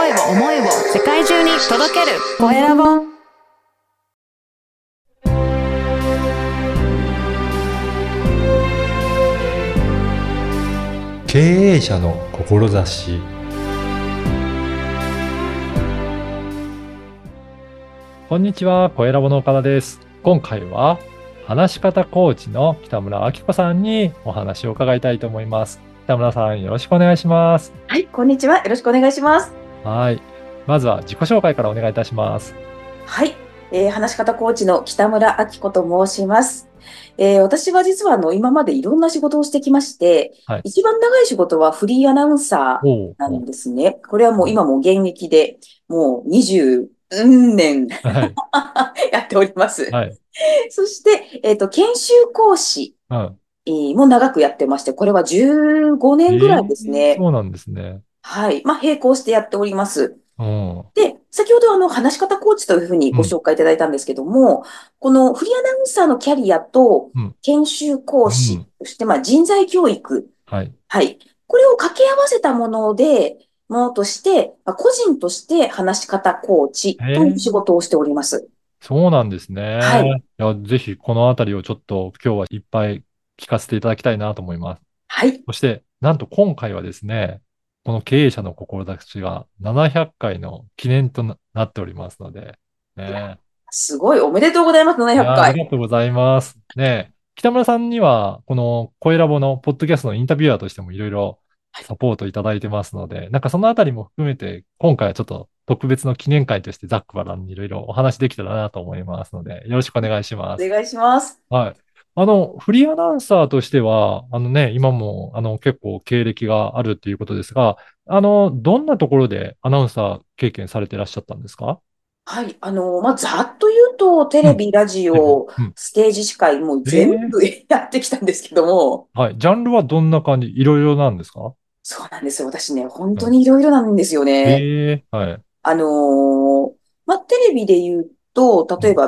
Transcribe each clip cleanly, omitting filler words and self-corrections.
声を世界中に届けるコエラボ。 経営者の志。こんにちは、コエラボの岡田です。今回は話し方コーチの北村明子さんにお話を伺いたいと思います。北村さん、よろしくお願いします。 はい、こんにちは。よろしくお願いします。 はい。まずは自己紹介からお願いいたします。 はい、話し方コーチの北村明子と申します。私は実は今までいろんな仕事をしてきまして、 はい。 一番長い仕事はフリーアナウンサーなんですね。これはもう今も現役で、もう20年はい。 やっております。 はい。 そして、研修講師はも長くやってまして、これは15年ぐらいですね。 そうなんですね。 はい。まあ、並行してやっております。 うん。 で、先ほど話し方コーチというふうにうん。 ご紹介いただいたんですけども、このフリーアナウンサーのキャリアとうん。 研修講師、 うん。 そして人材教育、 はい。 はい。これを掛け合わせたものとして、個人として話し方コーチへえ。 という仕事をしております。 そうなんですはい。 ね。いや、ぜひこのあたりをちょっと今日はいっぱい聞かせていただきたいなと思います。 はい。 そして、なんと今回はですね、この経営者の志が700回の記念となっておりますので、 いや、 ね。 すごい。おめでとうございます。700 いや、あり回。 がとうございます。ね。北村さんには、この声ラボのポッドキャストのインタビュアーとしてもいろいろサポートいただいてますので、なんかそのあたりも含めて、今回はちょっと特別の記念会としてざっくばらんにいろいろお話できたらなと思いますので、よろしくお願いします。 お願いします。 はい。フリーアナウンサーとしては、今も、結構経歴があるっていうことですが、どんなところでアナウンサー経験されていらっしゃったんですか？ はい。ざっと言うと、テうん。 レビ、ラジテレビ。 オ、 うん。 ステージ司会、もう全部やってきたんですけども、 はい。ジャンルはどんな感じ？いろいろなんですか？ そうなんですよ。私ね、本うん。 当にいろいろなんですよね。 はい。 あのテレビで言うと、 うん。 例えば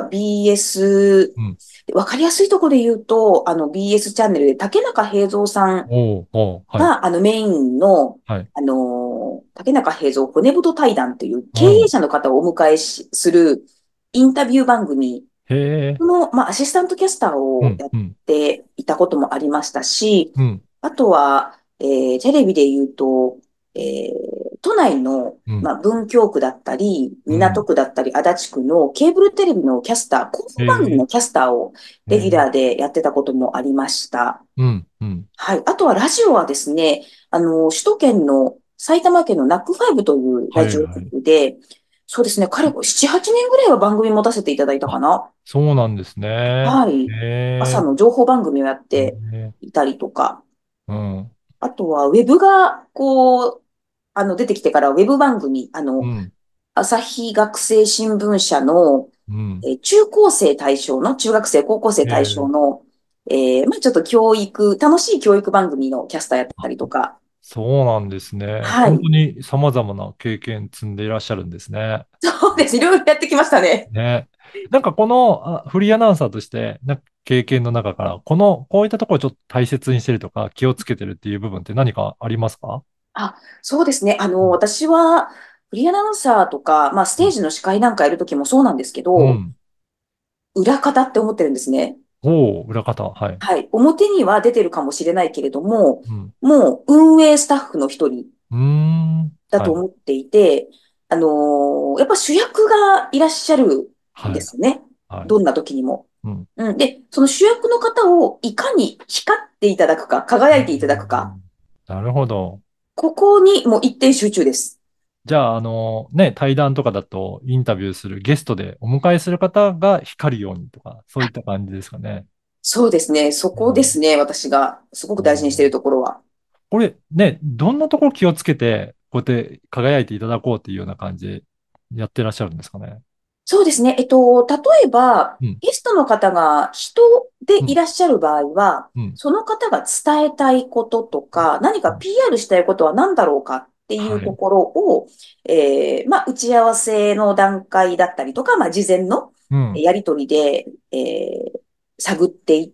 BS、 うん。 わかりやすいところで言うと、BS チャンネルで竹中平蔵さんはい。 が、メインの、 はい。 竹中平蔵骨太対談という経営うん。 者の方をお迎えするインタビュー番組へえ。 の、アシスタントキャスターうん。 をやっうん。 ていたこともありましたし、 うん。 あとは、テレビで言うと、都内の、 うん。 文京区だったり、 うん。 港区だったり、足立区のケーブルテレビのキャスター、広報へえ。 番組のキャスターをレギュへえ。 ラーでやってたこともありました。 うん。うん。 はい。あとはラジオはですね、首都圏の埼玉県のナックファイブというラジオはいはい。 局で、そうですね、彼、7、8年ぐらいは番組持たせていただいたかあ、 な。 そうなんですね。 はい。朝への情報番組をやっえ。へてえ。 いたりとか、 うん。 あとはウェブが、出てきてからウェブ番組、 うん。 朝日学生新聞社の、 うん。 中高生対象の、中学生、高校生対象へえ。 の、ちょっと楽しい教育番組のキャスターやったりとか、 そうなんですね。 はい。 本当に様々な経験積んでいらっしゃるんですね。 そうです。いろいろやってきましたね。 ね。なんかこのフリーアナウンサーとして、経験の中から、こういったところをちょっと大切にしてるとか、気をつけてるっていう部分って何かありますか？ そうですね。 うん。 私は、フリーアナウンサーとか、ステージの司会なんかやるときもそうなんですけど、 うん。 裏方って思ってるんですね。 お裏方。はい。 はい。表には出てるかもしれないけれども、 うん。 もう運営スタッフの一人うーん。 だはい。 と思っていて、やっぱ主役がいらっしゃるんはい。 ですね。 はい。 どんな時にも。 うん。 うん。で、その主役の方をいかに光っていただくか、 う輝いていただくか、 ん。なるほど。 ここにもう一点集中です。 じゃあ、対談とかだとインタビューするゲストでお迎えする方が光るようにとか、そういった感じですかね。 そうですね。そこでうん。 すね。私がすごくう大事にしているん。 ところは。 これね、どんなところ気をつけて、こうやって輝いていただこうっていうような感じでやってらっしゃるんですかね。 そうですね。例えば、 うん、 ゲストの方が人うん、 でいらっしゃる場合は、 うん、 その方が伝えたいこととか、何かうん。 PR したいことは何だろうかっていうはい。 ところを、打ち合わせの段階だったりとか、事前のうん、 やりとりで、探っていって、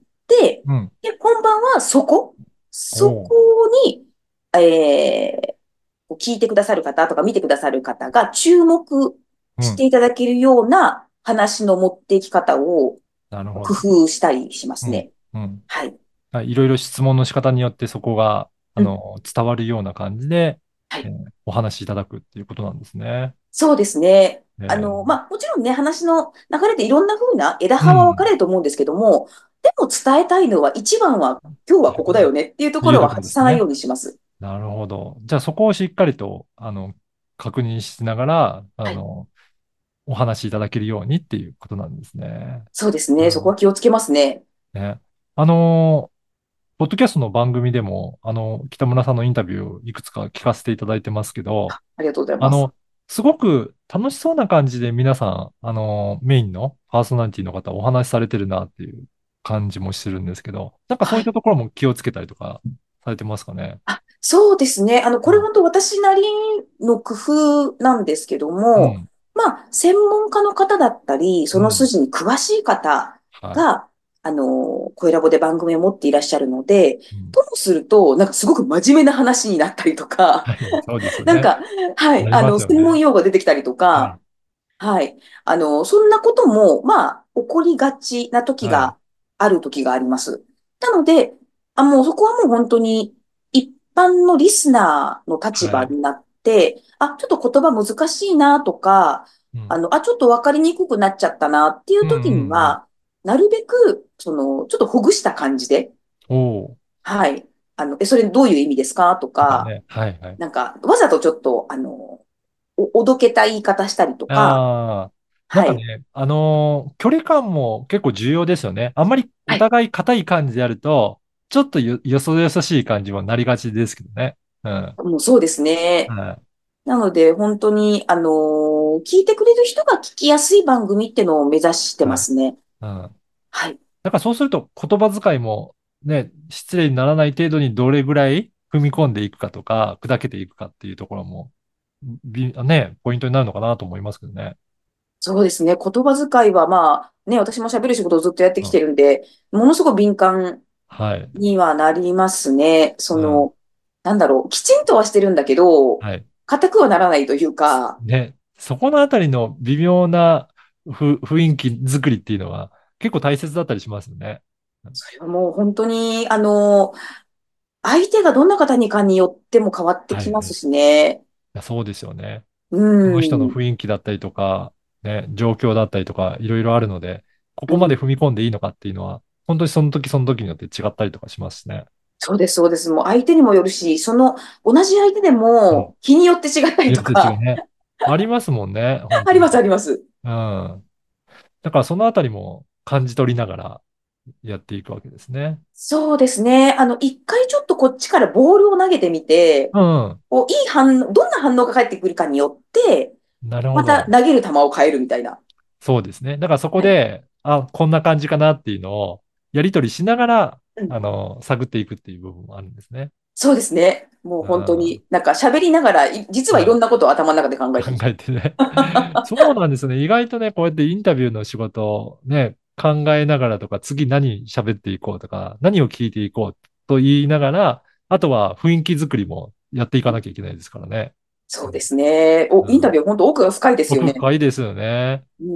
うん。 で、本番はそこおう。 に、えこう聞いてくださる方とか見てくださる方が注目うん。 していただけるような話の持っていき方を工なるほど。 夫したりしまうん。 すね。 うん。 はい。 いろいろ質問の仕方によってそこが、 うん。 伝わるような感じで、 はい。 お話しいただくっていうことなんですね。 そうですね。 えもちろんね、話の流れでいろんな風な枝葉は分かうん。 れると思うんですけども、でも伝えたいのは一番は今日はここだよねっていうところはいうところですね。 外さないようにします。 なるほど。じゃあそこをしっかりと、確認しながら、 はい。 お話しいただけるようにっていうことなんですね。 そうですね。そこはうん。 気をつけますね。 ね。あの、ポッドキャストの番組でも、北村さんのインタビューをいくつか聞かせていただいてますけど、 ありがとうございます。 あの、すごく楽しそうな感じで皆さん、メインのパーソナリティの方お話しされてるなっていう感じもするんですけど、なんかそうはい。 いったところも気をつけたりとかされてますかね。 そうですね。こうん。 れ本当私なりの工夫なんですけども、 うん。 専門家の方だったり、そのうん。 筋に詳しい方はい。 が、声ラボで番組を持っていらっしゃるので、 うん。 ともすると、なんかすごく真面目な話になったりとか、 はい。そうですよね。 なんか、はい、 なりますよね。 専門用語が出てきたりとか、 はい。 はい。そんなことも、起こりがちな時はい。 がある時があります。なので、もうそこはもう本当に一般のリスナーの立はい。 場になって、ちょっと言葉難しいなとか、 うん。 ちょっとわかりにくくなっちゃったなっていうんうんう時にうん。 は、なるべく、ちょっとほぐした感じで、 おお。 はい。それどういう意味ですかとか、 とかね。はいはい。 なんか、わざとちょっと、おどけた言い方したりとか、 ああ、なんはい。 かね、距離感も結構重要ですよね。あんまりおはい。 互い硬い感じでやると、ちょっとよそよそしい感じもなりがちですけどね。うん。 もうそうですね。 はい。 なので、本当に、聞いてくれる人が聞きやすい番組ってのを目指してはい。 ますね。 うん。 はい。 だからそうすると言葉遣いもね、失礼にならない程度にどれぐらい踏み込んでいくかとか、砕けていくかっていうところも、ポイントになるのかなと思いますけどね。 そうですね。言葉遣いは、私も喋る仕事をずっとやってきうん。 てるんで、ものすごく敏感はい。 にはなりますね。 うん。 なんだろう、きちんとはしてるんだけど、 はい。 硬くはならないというか、 ね、そこのあたりの微妙な雰囲気作りっていうのは結構大切だったりしますよね。 それはもう本当に、相手がどんな方にかによっても変わってはいはい。いきますしね。 や、そうですよね。 うその人のん。 雰囲気だったりとか、ね、状況だったりとか、いろいろあるので、ここまでうん。 踏み込んでいいのかっていうのは、本当にその時その時によって違ったりとかしますしね。 そうです、そうです。もう相手にもよるし、同じ相手でうん。 も日によって違ったりよって違うとか、 ね。ありますもんね、本あります、 当に。 あります。 うん。だからそのあたりも感じ取りながらやっていくわけですね。 そうですね。一回ちょっとこっちからボールを投げてみて、 うん。 こう、いい反応、どんな反応が返ってくるかによって、 なるほまたど。 投げる球を変えるみたいな。 そうですね。だからそこはい。 で、こんな感じかなっていうのを、やり取りしながら、 うん。 探っていくっていう部分もあるんですね。 そうですね。もううん。 本当に、なんか喋りながら、実はいはい。 ろんなことを頭の中で考えて考る。 えてね。そうなんですね。意外とね、こうやってインタビューの仕事をね、考えながらとか、次何喋っていこうとか、何を聞いていこうと言いながら、あとは雰囲気作りもやっていかなきゃいけないですからね。 そうですね。インタうん。 ビュー本当奥が深いですよ奥ね。 深いですよね。 うん。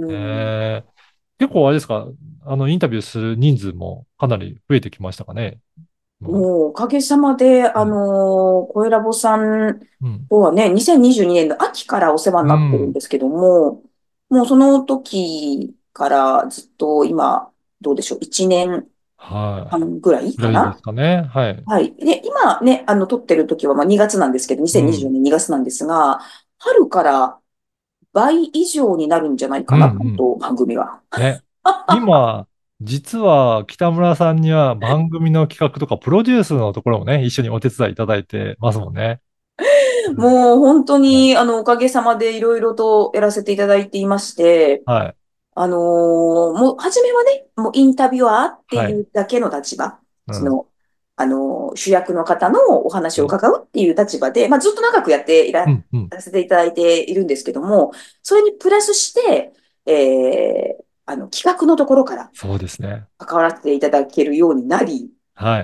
結構あれですか、インタビューする人数もかなり増えてきましたかね。ももう、おかげさまで、 う。はい。 声ラボさんうん。 とはね、2022年の秋からお世話になってるんうん。 ですけども、もうその時からずっと今、どうでしょう、1年はい。 半ぐらいぐらいでかな。 すかね。はい。 はい。で、今ね、撮ってる時は2月なんですけど、2024 うん。 年2月なんですが、春から倍以上になるんじゃないうん。 かな、 うん。 と、番組は。 ね。今、実は北村さんには番組の企画とかプロデュースのところもね、一緒にお手伝いいただいてますもんね。うん。 もう本当はい。 に、おかげさまでいろいろとやらせていただいていまして、 はい。 もう、初めはね、もうインタビュアーってはい。 いうだけの立場、 うん。 主役の方のお話をはい。 伺うっていう立場で、ずっと長くうん。うん。 らせていただいているんですけども、それにプラスして、企画のところからそうですね。 関わらせていただけるようになり、 はい。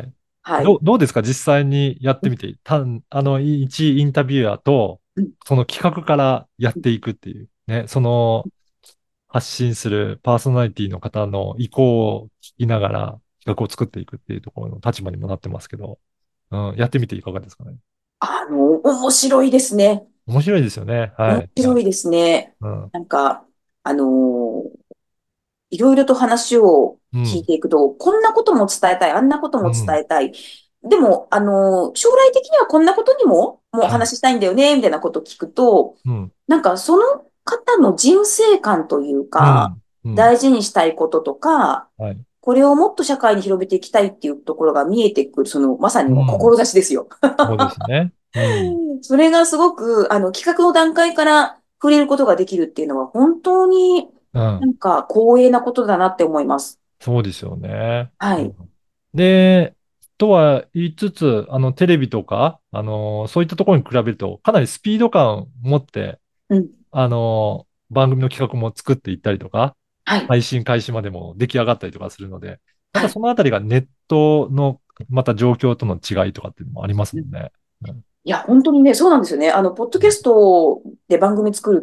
はい。 どうですか実際にやってみて。一インタビュアーと、 うん、 その企画からやっていくっていう。ね、その発信するパーソナリティの方の意向を聞きながら企画を作っていくっていうところの立場にもなってますけど、やってみていかがですかね。 面白いですね。 面白いですよね。は面い。はい。 白いですね。 うん。 なんか、あのーいろいろと話を聞いうん。 ていくと、こんなことも伝えたい、あんなことも伝うん。 えたい。でも、将来的にはこんなことにも、もうおはい。 話ししたいんだよね、みたいなことを聞くと、 うん。 なんかその方の人生観というか、 うん。うん。 大事にしたいこととか、 はい。 これをもっと社会に広めていきたいっていうところが見えてくる、まさにもううん。 志ですよ。 そうですね。うん。 それがすごく、企画の段階から触れることができるっていうのは、本当にうん。 なんか光栄なことだなって思います。 そうですよね。 はい。 うん。で、とは言いつつ、テレビとか、そういったところに比べると、かなりスピード感を持って、 うん。 番組の企画も作っていったりとか、 はい。 配信開始までも出来上がったりとかするので、なんはい。 かそのあたりがネットのまた状況との違いとかっていうのもありますうん。 もんね。うん。 いや、本当にね、そうなんですよね。ポッドキャストで番組作るって、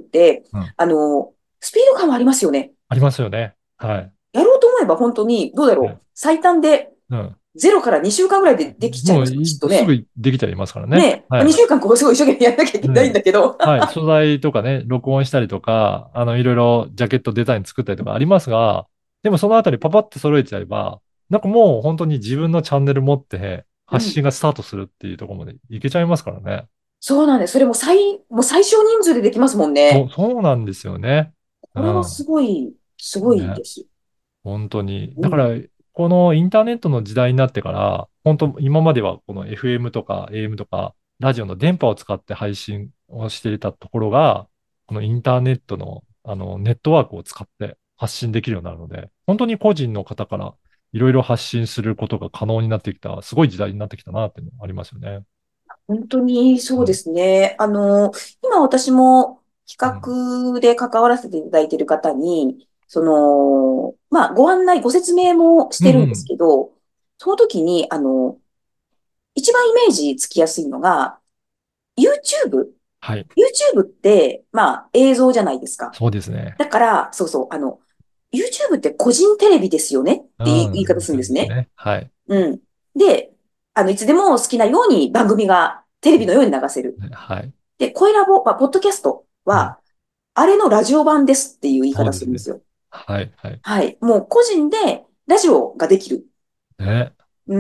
うん。 スピード感はありますよね。 ありますよね。はい。 やろうと思えば本当に、どうだはい。 ろう。最短でうん。 0から2週間ぐらいでできちゃいますよ、きっとすね。 ぐできちゃいますからね。 ね、 はい。 2週間ここすごい一生懸命やんなきゃいけないんうん。 だけど。 はい。素材とかね、録音したりとか、いろいろジャケットデザイン作ったりとかありますが、でもそのあたりパパって揃えちゃえば、なんかもう本当に自分のチャンネル持ってうん。 発信がスタートするっていうところまでいけちゃいますからね。 そうなんです。それももう最小人数でできますもんね。 そうなんですよね。うこれはん。 すごいね。 です。 本当に。 うん。 だから、このインターネットの時代になってから、本当今まではこの FM とか AM とか、ラジオの電波を使って配信をしていたところが、このインターネットの、ネットワークを使って発信できるようになるので、本当に個人の方からいろいろ発信することが可能になってきた、すごい時代になってきたなっていうのがありますよね。 本当にそうでうん。 すね。今私もうん。 企画で関わらせていただいている方に、まあ、ご案内、ご説明もしうん。 てるんですうん。 けど、その時に、一番イメージつきやすいのが、YouTube。 はい。 YouTube って、まあ、映像じゃないですか。 そうですね。 だから、そうそう、YouTube って個人テレビですよねっうて言い方ん。そうするんですね。 ですね。はい。 うん。で、いつでも好きなように番組がテレビのように流せる。 はい。 で、声ラボ、まあ、ポッドキャストうん。 は、あれのラジオ版ですっていう言い方そうですね。 するんですよ。 はい。はい。 はい。もう個人でラジオができる。 ね。 うん。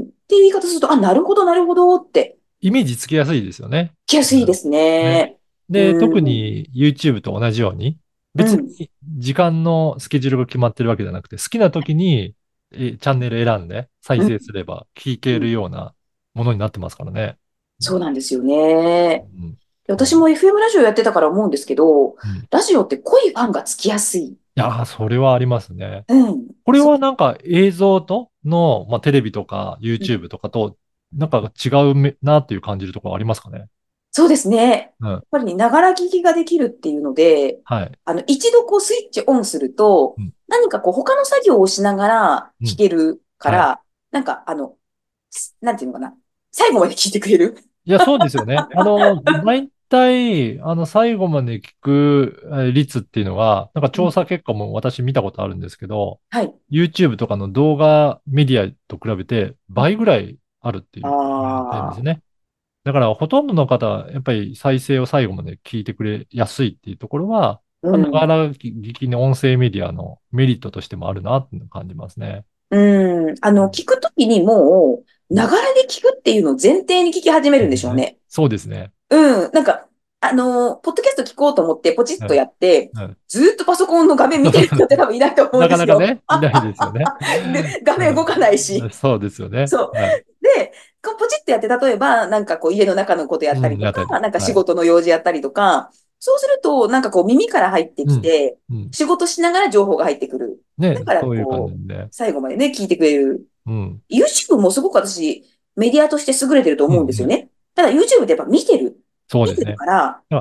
っていう言い方すると、あ、なるほど、なるほどってイメージつきやすいですよね。 聞きやすいですうん。ね。 ね。 で、特うん。 に YouTube と同じように、別うん。 に時間のスケジュールが決まってるわけじゃなくて、好きな時にチャンネル選んで再うん。 生すれば聞けうん。 るようなものになってますからね。 そうなんですよね。 うん。 でうん。 私も FM ラジオやってたから思うんですけど、 うん。 ラジオって濃いファンがつきやすい。 いやー、それはありますね。 うん。 これはなんか映像との、まあ、テレビとかうん。 YouTube とかと、なんか違うなっていう感じるところありますかね。 そうですね。 うん。 やっぱりね、ながら聞きができるっていうので、 はい。 一度こうスイッチオンすると、 うん。 何かこう他の作業をしながらうん。 聞けるかはい。 ら、なんかなんていうのかな。最後まで聞いてくれる。 いや、そうですよね。大体、最後まで聞く率っていうのは、なんかうん。 調査結果も私見たことあるんですけど、 はい。 YouTube とかの動画メディアと比べて倍ぐらいあるっていう言われてるんですああ、 ね。だから、ほとんどの方は、やっぱり再生を最後まで聞いてくれやすいっていうところは、 うまあ、ながん。 ら聞きの音声メディアのメリットとしてもあるなっていうのを感じますね。 うん。 うん。 聞くときにもう、 うん。 ながらで聞くっていうのを前提に聞き始めるんでしょうね。 ね。 そうですね。 うん。なんか、ポッドキャスト聞こうと思ってポチッとうん。 やって、 うん。 ずーっとパソコンの画面見てる人って多分いないと思うんなですよ。 かなかね、いないですよね。 で、画面動かないし。 そうですよね。 そう。 はい。 で、こうポチッとやって、例えば、なんかこう家の中のことやっうん、 たりとか、 やったり。 なんか仕はい。 事の用事やったりとか、そうすると、なんかこう耳から入ってうん。 きて、 うん。 仕事しながら情報が入ってくる。だね、 からそういう感こう、 じで。 最後までね、聞いてくれる。 うん。 YouTube もすごく私、メディアとして優れてるとうん。うん。 思うんですよね。ただ YouTube ってやっぱ見てる。見てるそうですね。 から、 あ、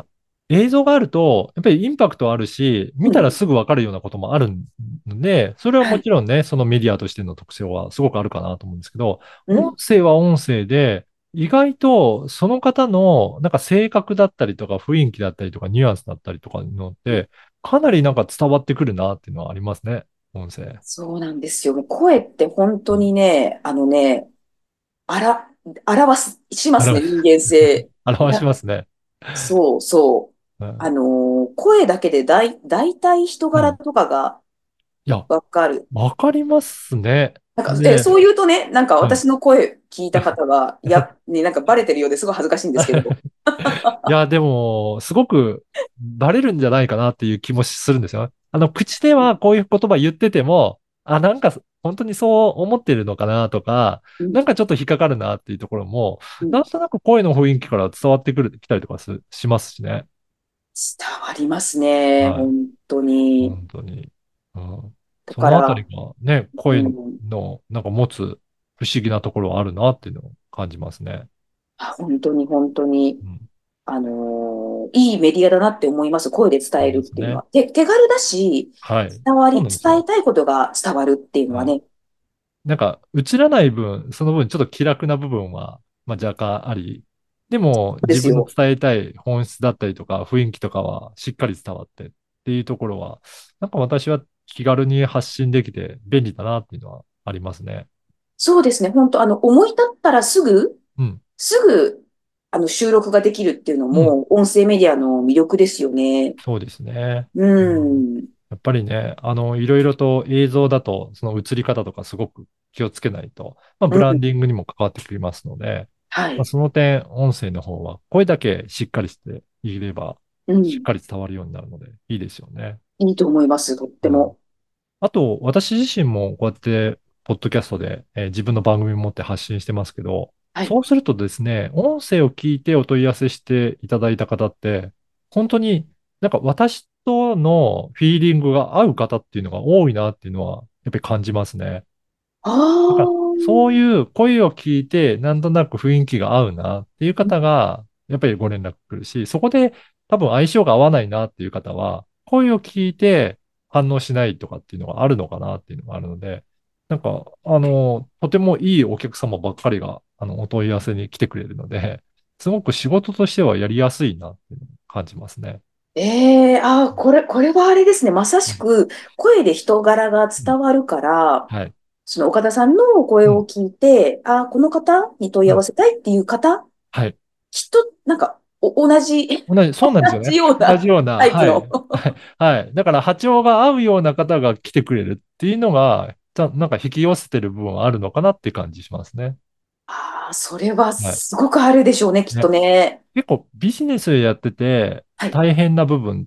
映像があると、やっぱりインパクトあるし、見たらすぐわかるようなこともあるので、それははい。 もちろんね、そのメディアとしての特徴はすごくあるかなと思うんですけど、音うん。 声は音声で、意外とその方のなんか性格だったりとか雰囲気だったりとかニュアンスだったりとかのって、かなりなんか伝わってくるなっていうのはありますね、音声。 そうなんですよ。もう声って本当にね、あら、しますね、 表人間性。 表しますね。 そうそう。 うん。 声だけで大体人うん。 柄とかがいや、 わかる。 わかりますね。 なんか、 で、 そう言うとね、なんかはい。 私の声聞いた方は、なんかバレてるようですごい恥ずかしいんですけれど。 いや、でも、すごくバレるんじゃないかなっていう気もするんですよ。口ではこういう言葉言ってても、あ、なんか本当にそう思ってるのかなとか、 うん、 なんかちょっと引っかかるなっていうところも、 うん、 なんとなく声の雰囲気から伝わってきたりとかしますしね。 伝わりますね、 はい。 本当に。 本当に。うん。そだから、 のあたりがね、声うん、 のなんか持つ不思議なところはあるなっていうのを感じますね。 本当に本当に、 うん。 いいメディアだなって思います。声で伝そうえるっですね。 ていうのは。手軽だし、 はい。そうなんですよ。 伝えたいことが伝わるっていうのははい。 ね。 なんか、映らない分、その分ちょっと気楽な部分は、まあ、若干あり、でも自分のそうですよ。 伝えたい本質だったりとか雰囲気とかはしっかり伝わってっていうところは、なんか私は気軽に発信できて便利だなっていうのはありますね。 そうですね。本当思い立ったらうん。 すぐ、収録ができるっていうのうん。 も、音声メディアの魅力ですよね。 そうですね。 ううん。 ん。 やっぱりね、いろいろと映像だと、その映り方とかすごく気をつけないと、まあ、ブランうん。 ディングにも関わってきますので、まあ、 はい。 その点、音声の方は、声だけしっかりしていれば、しっうん。 かり伝わるようになるので、いいですよね。 いいと思います。とってうん。 も。 あと、私自身もこうやって、ポッドキャストで、自分の番組を持って発信してますけど、 はい。 そうするとですね、音声を聞いてお問い合わせしていただいた方って、本当になんか私とのフィーリングが合う方っていうのが多いなっていうのは、やっぱり感じますね。 あだから、そうあ。 いう声を聞いて、なんとなく雰囲気が合うなっていう方が、やっぱりご連絡来るし、そこで多分相性が合わないなっていう方は、声を聞いて反応しないとかっていうのがあるのかなっていうのがあるので、なんか、とてもいいお客様ばっかりが、お問い合わせに来てくれるので、すごく仕事としてはやりやすいなっていうのを感じますね。 これはあれですね。まさうん。 しく、声で人柄がうん。 伝わるから、 はい。 その岡田さんの声うん。 を聞いて、この方に問いうん。 合わせたいっていう方、 はい。 きっと、なんか、同じ、 そう同なんですよね。 じよう同じなような、 タイプの。 はい。はい。はい。だから波長が合うような方が来てくれるっていうのが、なんか引き寄せてる部分はあるのかなっていう感じしますね。 それははい。 すごくあるでしょうね、きっとね。 ね。 結構ビジネスやっててはい。 大変な部分って、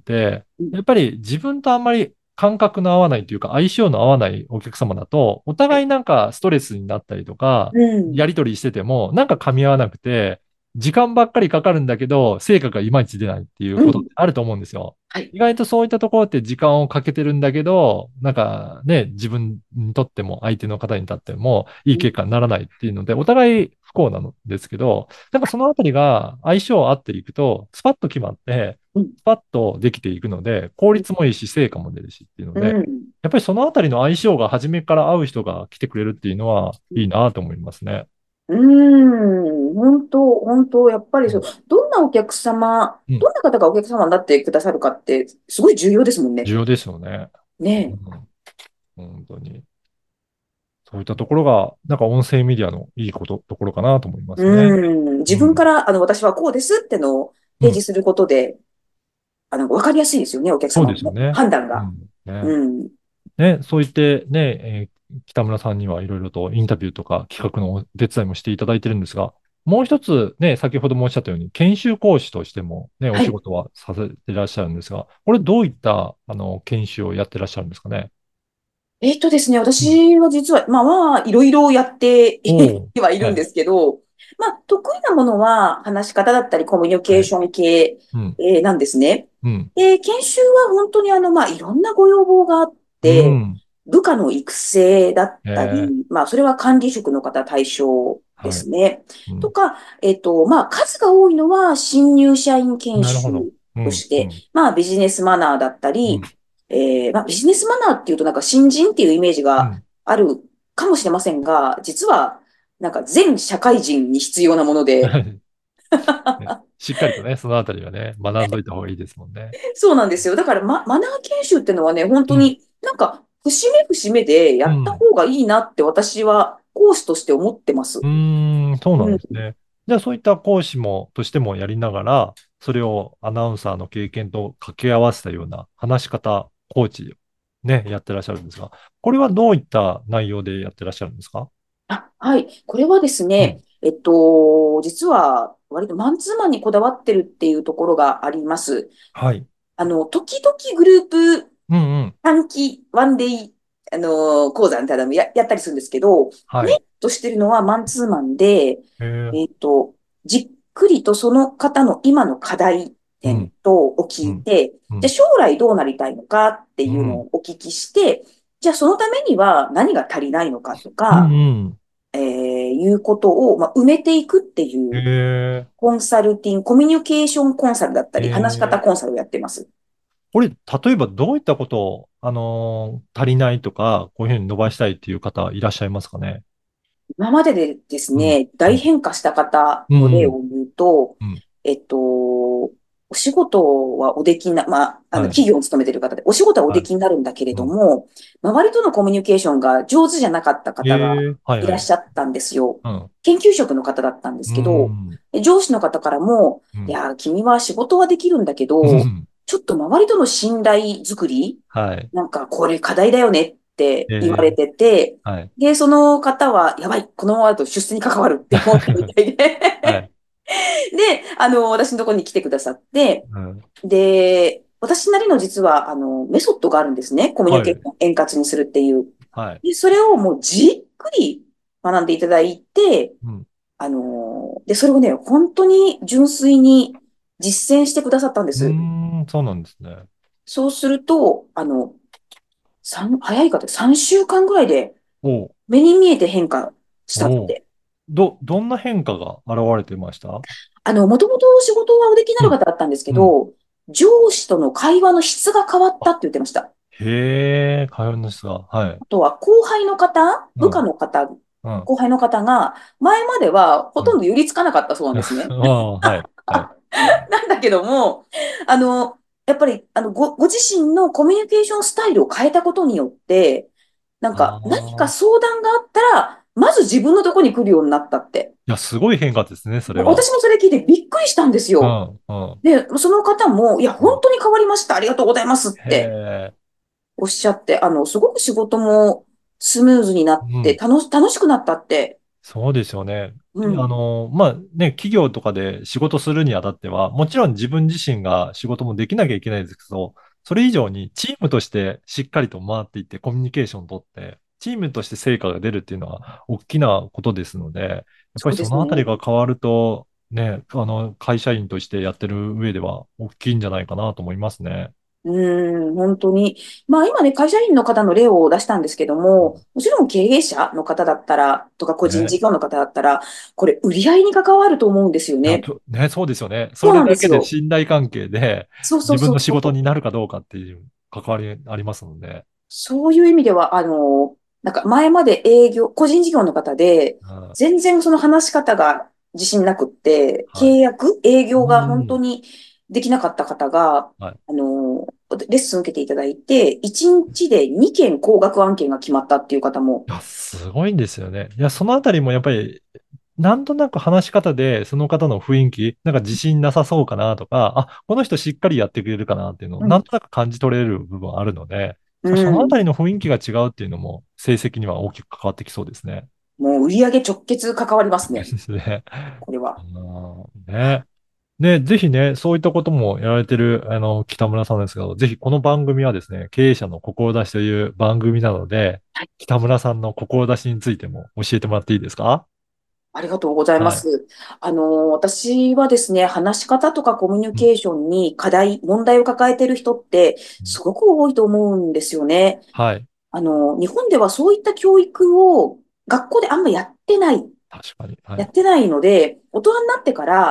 うんやっぱり自分とあんまり感覚の合わないというか相性の合わないお客様だと、おはい。 互いなんかストレスになったりとか、 うん。 やりとりしててもなんか噛み合わなくて、時間ばっかりかかるんだけど、成果がいまいち出ないっていうことってうん。 あると思うんですよ。 はい。 意外とそういったところって時間をかけてるんだけど、なんかね、自分にとっても相手の方にとってもいいうん結果にならないっていうので、お互い不幸なんですけど、なんかそのあたりが相性合っていくと、スパッと決まって、 うんスパッとできていくので、効率もいいし、成果も出るしっていうので、 うん。 やっぱりそのあたりの相性が初めから合う人が来てくれるっていうのはいいなと思いますね。 本当、本当、やっぱりそう、 うん。うん。 どんな方がお客様になってくださるかって、すごい重要ですもんね。 重要ですよね。うねん。本当に。そういったところが、なんか音声メディアのいいところかなと思いますね。 自うん。 分から、私はこうですってのをうん。 提示することで、わかりやすいですよね、お客そう様もね。 ですよね。 判断が。 うん。ね。 うん。 ね、そう言ってね、北村さんにはいろいろとインタビューとか企画のお手伝いもしていただいてるんですが、もう一つね、先ほどもおっしゃったように、研修講師としてもね、おはい。 仕事はさせていらっしゃるんですが、これどういった、研修をやってらっしゃるんですかね。 ですね、 うん。 私は実は、いろいろやっておー。 はいるんはい。 ですけど、得意なものは話し方だったりコミュニケはい。 ーション系、 うん。 なんですね。 うん。 で、研修は本当にいろんなご要望があっうて、 ん。 部下の育成だったえり、それは管理職の方対象ではい。 すね。 うん。 とか、数が多いのは新入社員研修なるほど。 うん、 として、 うん、 まあビジネスマナーだったうん、 り、まあビジネスマナーっていうとなんか新人っていうイメージがうん。 あるかもしれませんが、実はなんか全社会人に必要なもので、 ね、しっかりとね、そのあたりはね、学んどいた方がいいですもんね。 そうなんですよ。だから、マナー研修っていうのはね、本うん、 当になんか節目節目でやったうん。 方がいいなって私は講師として思ってます。 うーん、そうなうん。 んですね。じゃあそういった講師も、としてもやりながら、それをアナウンサーの経験と掛け合わせたような話し方、コーチをね、やってらっしゃるんですが、これはどういった内容でやってらっしゃるんですか？ はい。これはですね、 うん。 実は割とマンツーマンにこだわってるっていうところがあります。 はい。 時々グループうんうん。 短期ワンデイ、講座みたいなのやったりするんですけど、 はい。 メインとしてるのはマンツーマンで、 へえ。 えっと、じっくりとその方の今の課題点うん。 等を聞うん。 いて、じゃあうん。 将来どうなりたいのかっていうのうん。 をお聞きして、じゃあそのためには何が足りないのかとうん。 か、 うん。 いうことを、まあ、埋めていくっていへうえ。 コンサルティング、コミュニケーションコンサルだったへり、話し方え。 コンサルをやってます。 これ、例えばどういったことを、足りないとか、こういうふうに伸ばしたいっていう方いらっしゃいますかね？ 今まででですうん。 ね、大うん。 変化した方うん。うん。 の例を言うと、 うん。 お仕事はおできな、まあ、 はい。 企業に勤めている方で、お仕事はおではい。 きになるんだけれうん。 ども、周りとのコミュニケーションが上手じゃなかった方がええ、はいいらっはい。 しゃったんですよ。 うん。 研究職の方だったんでうーすけど、 ん。 上司の方からも、 うん。 いや、君は仕事はできるんだけうど、 ん。 ちょっと周りとの信頼作り、 はい。 なんかこれ課題だよねってええ、 言われてて、 はい。 で、その方は、やばい、このままだと出世に関わるって思ったみたいではい。 で、私のところに来てくださって、 うん。 で、私なりの実は、メソッドがあるんですね。コミュニはい。 ケーションを円滑にするっていう。 はい。 で、それをもうじっくり学んでいただいて、 うん。 で、それをね、本当に純粋に実践してくださったんでうーす。 ん、そうなんですね。 そうすると、早い方で3週間ぐらいでおう、 目に見えて変化したっおう。 て。 どんな変化が現れてました？ もともと仕事はおできになうん。 る方だったんですけうん。 ど、上司との会話の質が変わったって言ってました。 へえ、会話の質が。はい。 あとは後輩の方、部下うん。 の方、 うん。 後輩の方が、前まではほうん。 とんど寄りつかなかったそうなんですね。 ああ、はい。はい。 なんだけども、あの、やっぱり、ご自身のコミュニケーションスタイルを変えたことによって、なんあか、何かあ。 相談があったら、まず自分のとこに来るようになったって。 いや、すごい変化ですね、それは。 私もそれ聞いてびっくりしたんですよ。 うん。うん。 で、その方も、いや、 うん。 本当に変わりました。ありがとうございますっへてえ。 おっしゃって、すごく仕事もスムーズになって、 うん。 楽しくなったって。 そうですよね。 うん。 まあね、企業とかで仕事するにあたっては、もちろん自分自身が仕事もできなきゃいけないですけど、それ以上にチームとしてしっかりと回っていってコミュニケーションをとって、チームとして成果が出るっていうのは大きなことですので、やっぱりそそうですね。 のあたりが変わると、ね、会社員としてやってる上では大きいんじゃないかなと思いますね。 本当に。まあ今ね、会社員の方の例を出したんですけども、もちろん経営者の方だったら、とか個人ね。 事業の方だったら、これ売り合いに関わると思うんですよいや、 ね。 ね、そうですよね。そそうなんでれだけですよ。 信頼関係でそうそう自分のそうそう。 仕事になるかどうかっていう関わりありますので。 そういう意味では、なんか前まで個人事業の方で、 うん、 全然その話し方が自信なくって、 はい。 営業うが本当ん。 にできなかった方が、 はい。 レッスン受けていただいて、1日で2件高額案件が決まったっていう方も、 いや、すごいんですよね。いや、そのあたりもやっぱり、なんとなく話し方で、その方の雰囲気、なんか自信なさそうかなとか、あ、この人しっかりやってくれるかなっていうのを、 うん、 なんとなく感じ取れる部分あるので、 うそのあたん、 りの雰囲気が違うっていうのも、成績には大きく関わってきそうですね。 もう売上直結関わりますね。 ですね。 これは。 ね。ね、ぜひね、そういったこともやられてる、北村さんですけど、ぜひこの番組はですね、経営者の志という番組なので、北村さんの志についても教えてもらっていいですか？ ありがとうございまはい。 す。私はですね、話し方とかコミュニうん。 ケーションに問題を抱えている人ってうん。 すごく多いと思うんですよね。 はい。 日本ではそういった教育を学校であんま確かに。はい。 やってないので、大人になってから、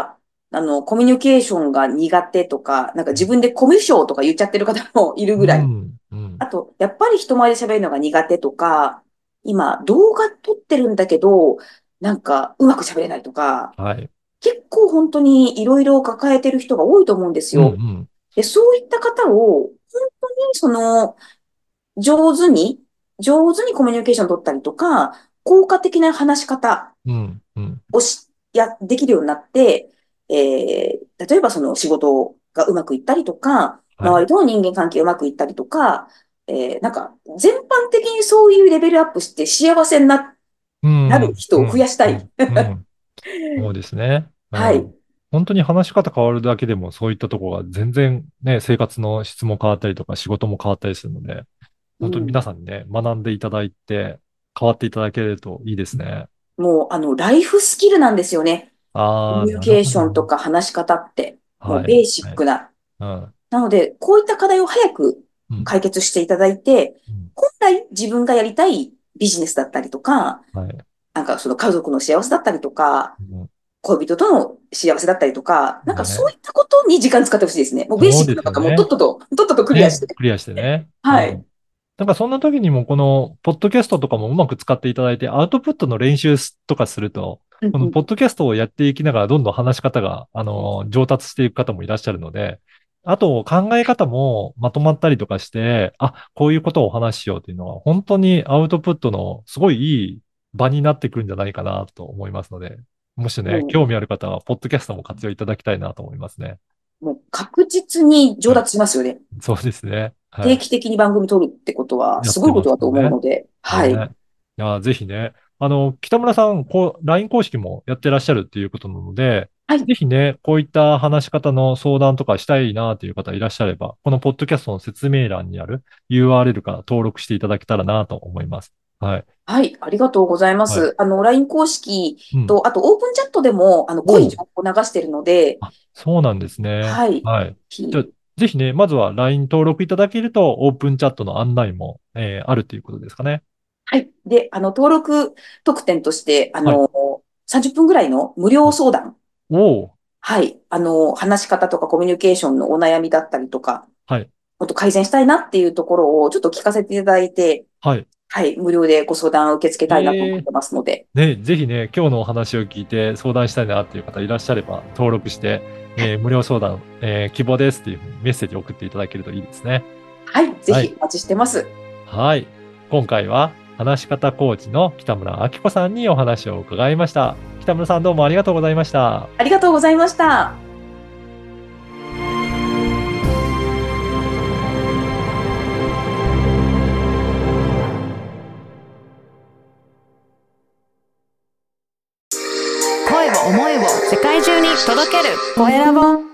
コミュニケーションが苦手とか、なんか自分でコミュ障とか言っちゃってる方もいるぐらい。あと、やっぱり人前で喋るのが苦手とか、今、動画撮ってるんだけど、なんか、うまく喋れないとか、 はい。 結構本当にいろいろ抱えてる人が多いと思うんですよ。で、そういった方を、本当に上手に、上手にコミュニケーション取ったりとか、効果的な話し方をできるようになって、例えばその仕事がうまくいったりとか、 はい。 周りとの人間関係がうまくいったりとか、なんか全般的にそういうレベルアップして幸せになる人を増やしたい。 そうですね。 はい。 本当に話し方変わるだけでもそういったところが全然ね、生活の質も変わったりとか仕事も変わったりするので、本当にうん、 皆さんにね、学んでいただいて変わっていただけるといいですね。 もう、ライフスキルなんですよね。コああ、 ミュニなるほど。 ケーションとか話し方って、もうはい。 ベーシはい。 ックな。 うん。 なので、こういった課題を早くうん。 解決していただいて、 うん。 本来自分がやりたいビジネスだったりとか、 はい。 なんかその家族の幸せだったりとか、 うん。 恋人との幸せだったりとか、なんかそうね。 いったことに時間使ってほしいですね。もうベーそうでシックな方もうとっすよね。 ととクリアしね。 て。 クリアしてね。 はい。 なんかそんな時にもこのポッドキャストとかもうまく使っていただいてアウトプットの練習とかすると、 うんうん。 このポッドキャストをやっていきながらどんどん話し方が、上達していく方もいらっしゃるので、あと考え方もまとまったりとかして、あ、こういうことをお話ししようっていうのは本当にアウトプットのすごいいい場になってくるんじゃないかなと思いますので、もしね、 も興味ある方はポッドキャストも活用いただきたいなと思いますね。 もう確実に上はい。 達しますよね。 そうですね。はい。 定期的に番組撮るってことはやってますごいことだと思うすよね。 ので、はい。 ね。いや、ぜひね、北村さん、LINE 公式もやってらっしゃるっていうことなので、 はい。 ぜひね、こういった話し方の相談とかしたいなという方いらっしゃれば、このポッドキャストの説明欄にある URL から登録していただけたらなと思います。はい。 はい。ありがとうございまはい。 す。LINE 公式うん。 と、あとオープンチャットでも、濃いおう。 情報を流しているので、 あ、そうなんですね。 はい。 はい。じゃあ、 ひぜひね、まずは LINE 登録いただけると、オープンチャットの案内も、あるということですかね。 はい。で、登録特典として、 はい。 30分ぐらいの無料相談。 おう。 はい。話し方とかコミュニケーションのお悩みだったりとか、 はい。 もっと改善したいなっていうところをちょっと聞かせていただいて、 はい。 はい。無料でご相談を受け付けたいなと思えってますので。 ね、ぜひね、今日のお話を聞いて相談したいなっていう方いらっしゃれば、登録して、無料相談、希望ですっていうふうにメッセージを送っていただけるといいですね。 はい。ぜはい。 ひお待ちしてます。 はい。今回は、話し方コーチの北村明子さんにお話を伺いました。北村さんどうもありがとうございました。 ありがとうございました。 声を思いを世界中に届けるコエラボ